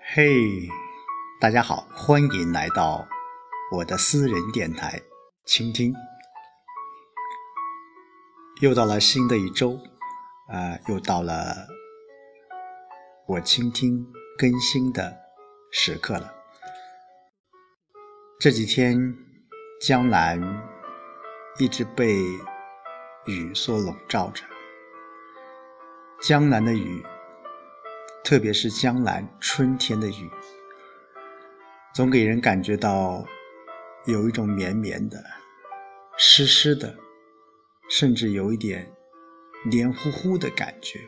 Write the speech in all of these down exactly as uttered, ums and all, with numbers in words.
嘿，大家好，欢迎来到我的私人电台倾听。又到了新的一周，呃，又到了我倾听更新的时刻了。这几天江南一直被雨所笼罩着，江南的雨，特别是江南春天的雨，总给人感觉到有一种绵绵的、湿湿的，甚至有一点黏糊糊的感觉。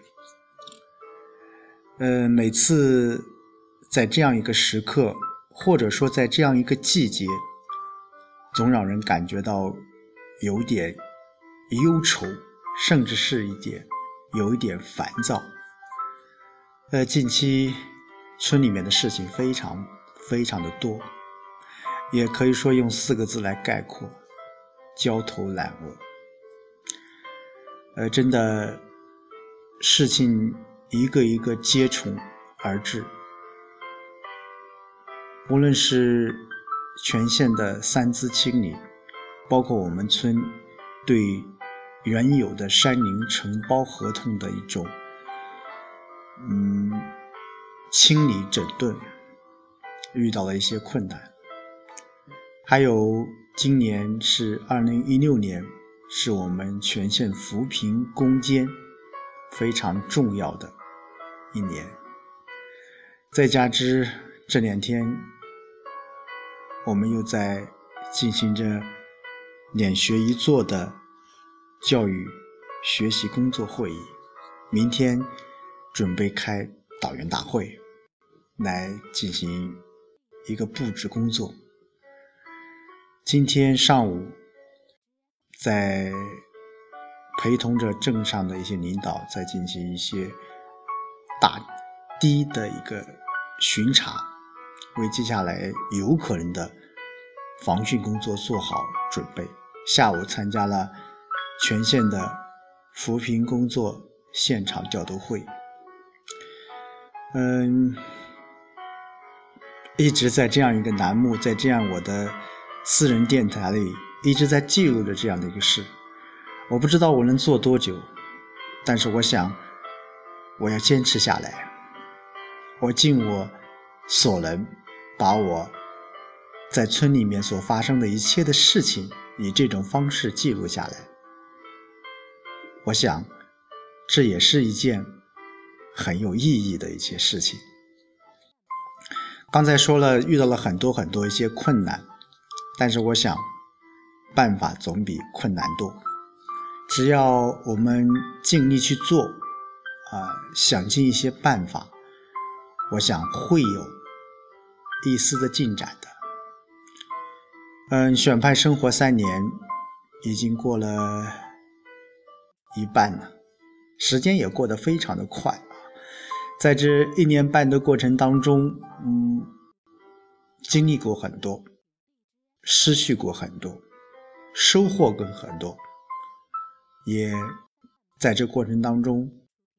呃，每次在这样一个时刻，或者说在这样一个季节，总让人感觉到有点忧愁，甚至是一点有一点烦躁。呃，近期村里面的事情非常非常的多，也可以说用四个字来概括：焦头烂额。呃，真的，事情一个一个接踵而至。无论是全县的三资清理，包括我们村对原有的山林承包合同的一种嗯，清理整顿，遇到了一些困难。还有今年是二零一六年，是我们全县扶贫攻坚非常重要的一年。再加之这两天我们又在进行着两学一做的教育学习工作会议，明天准备开导员大会来进行一个布置工作。今天上午在陪同着镇上的一些领导在进行一些打的的一个巡查，为接下来有可能的防汛工作做好准备。下午参加了全县的扶贫工作现场调度会，嗯，一直在这样一个栏目，在这样我的私人电台里一直在记录着这样的一个事。我不知道我能做多久，但是我想我要坚持下来，我尽我所能把我在村里面所发生的一切的事情以这种方式记录下来。我想这也是一件很有意义的一些事情。刚才说了遇到了很多很多一些困难，但是我想办法总比困难多。只要我们尽力去做啊，想尽一些办法，我想会有一丝的进展的。嗯，选派生活三年已经过了一半了，时间也过得非常的快。在这一年半的过程当中，嗯，经历过很多，失去过很多，收获过很多，也在这过程当中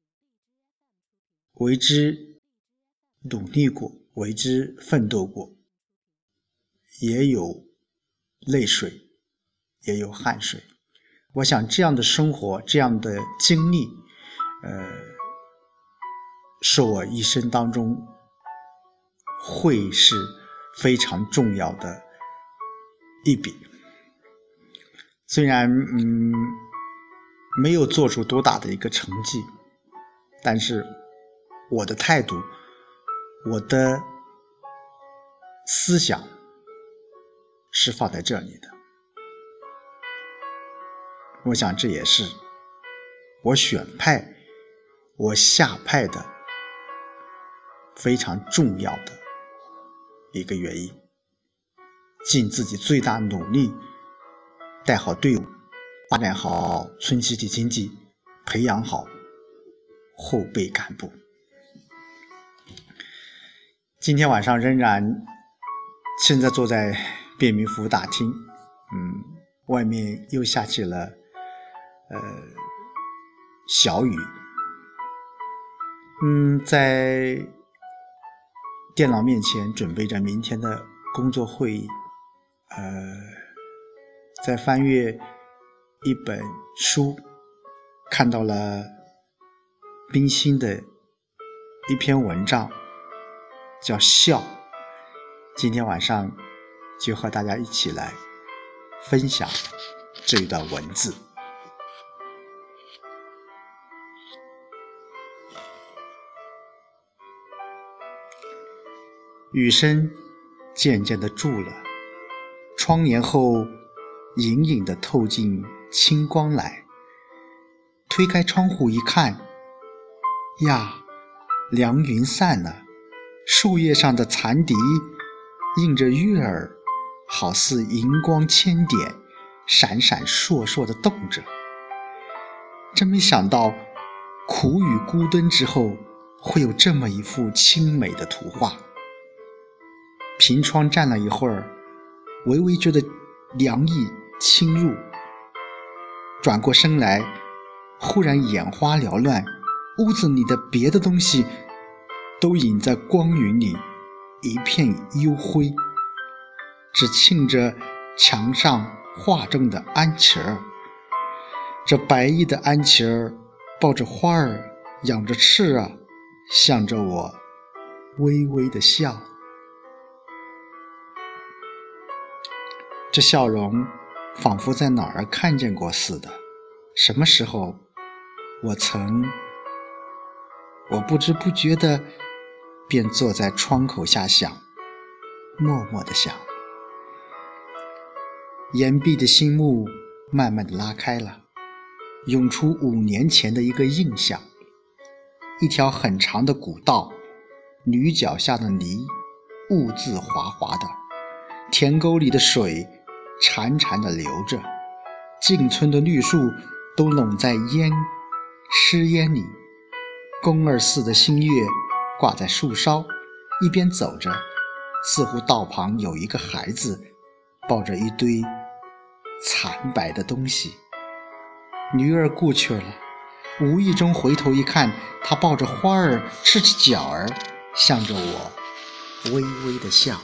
为之努力过，为之奋斗过，也有泪水，也有汗水。我想这样的生活，这样的经历，呃，是我一生当中会是非常重要的一笔。虽然嗯没有做出多大的一个成绩，但是我的态度，我的思想是放在这里的。我想这也是我选派我下派的非常重要的一个原因，尽自己最大努力带好队伍，发展好村集体经济，培养好后备干部。今天晚上仍然现在坐在便民服务大厅，嗯，外面又下起了呃小雨。嗯，在电脑面前准备着明天的工作会议，呃，在翻阅一本书，看到了冰心的一篇文章，叫《笑》。今天晚上就和大家一起来分享这一段文字。雨声渐渐地住了，窗帘后隐隐地透进清光来。推开窗户一看，呀，凉云散了，树叶上的残笛映着月儿，好似银光千点，闪闪烁烁地动着。真没想到，苦与孤đơn之后，会有这么一幅清美的图画。凭窗站了一会儿，微微觉得凉意侵入，转过身来，忽然眼花缭乱，屋子里的别的东西都隐在光云里，一片幽灰，只沁着墙上画中的安琪儿。这白衣的安琪儿抱着花儿，仰着翅啊，向着我微微的笑。这笑容仿佛在哪儿看见过似的，什么时候我曾我不知不觉地便坐在窗口下想，默默地想。岩壁的心幕慢慢地拉开了，涌出五年前的一个印象。一条很长的古道，驴脚下的泥兀自滑滑的，田沟里的水潺潺地流着，进村的绿树都拢在烟湿烟里。宫儿似的新月挂在树梢，一边走着，似乎道旁有一个孩子抱着一堆惨白的东西。驴儿过去了，无意中回头一看，他抱着花儿，赤着脚儿，向着我微微的笑。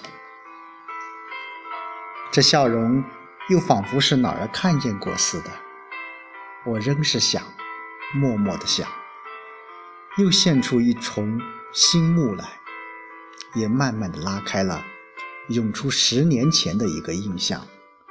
这笑容又仿佛是哪儿看见过似的，我仍是想，默默地想，又现出一重新幕来，也慢慢地拉开了，涌出十年前的一个印象。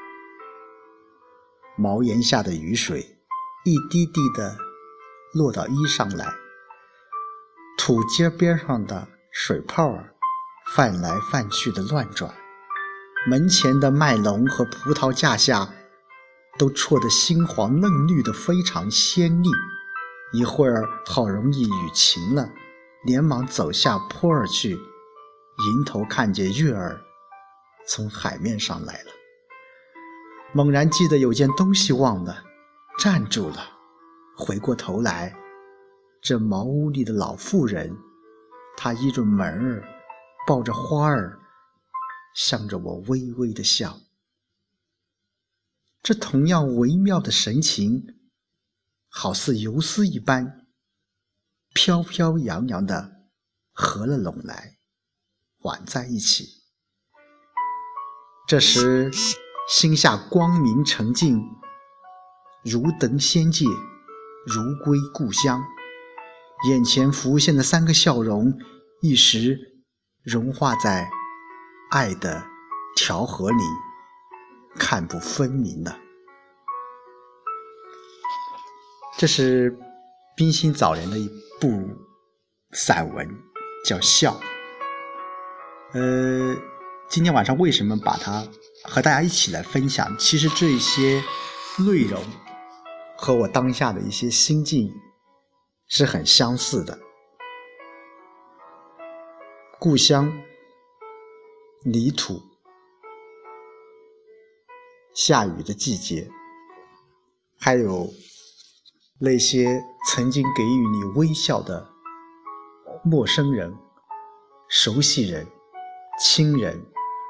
茅檐下的雨水一滴滴地落到衣上来，土阶边上的水泡儿泛来泛去的乱转，门前的麦垄和葡萄架下都戳得猩黄嫩绿的非常鲜丽。一会儿好容易雨晴了，连忙走下坡儿去，迎头看见月儿从海面上来了。猛然记得有件东西忘了，站住了，回过头来，这茅屋里的老妇人，她依着门儿，抱着花儿，向着我微微的笑。这同样微妙的神情，好似游丝一般，飘飘扬扬的合了拢来，挽在一起。这时心下光明澄净，如登仙界，如归故乡。眼前浮现的三个笑容，一时融化在爱的调和里，看不分明了。这是冰心早年的一部散文，叫《笑》。呃，今天晚上为什么把它和大家一起来分享？其实这些内容和我当下的一些心境是很相似的。故乡、泥土、下雨的季节，还有那些曾经给予你微笑的陌生人、熟悉人、亲人，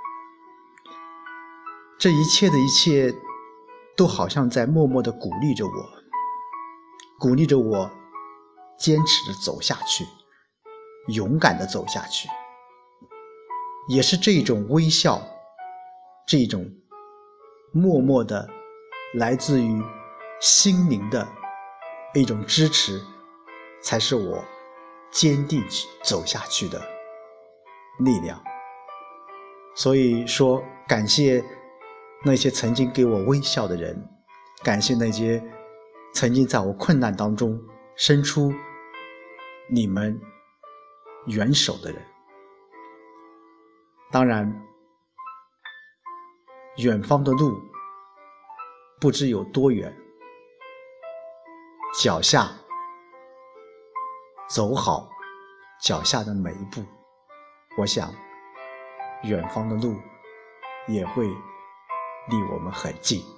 这一切的一切都好像在默默地鼓励着我，鼓励着我坚持地走下去，勇敢地走下去。 也是这种微笑，这种默默的来自于心灵的一种支持，才是我坚定走下去的力量。所以说，感谢那些曾经给我微笑的人，感谢那些曾经在我困难当中伸出你们援手的人。当然，远方的路不知有多远，脚下走好脚下的每一步，我想远方的路也会离我们很近。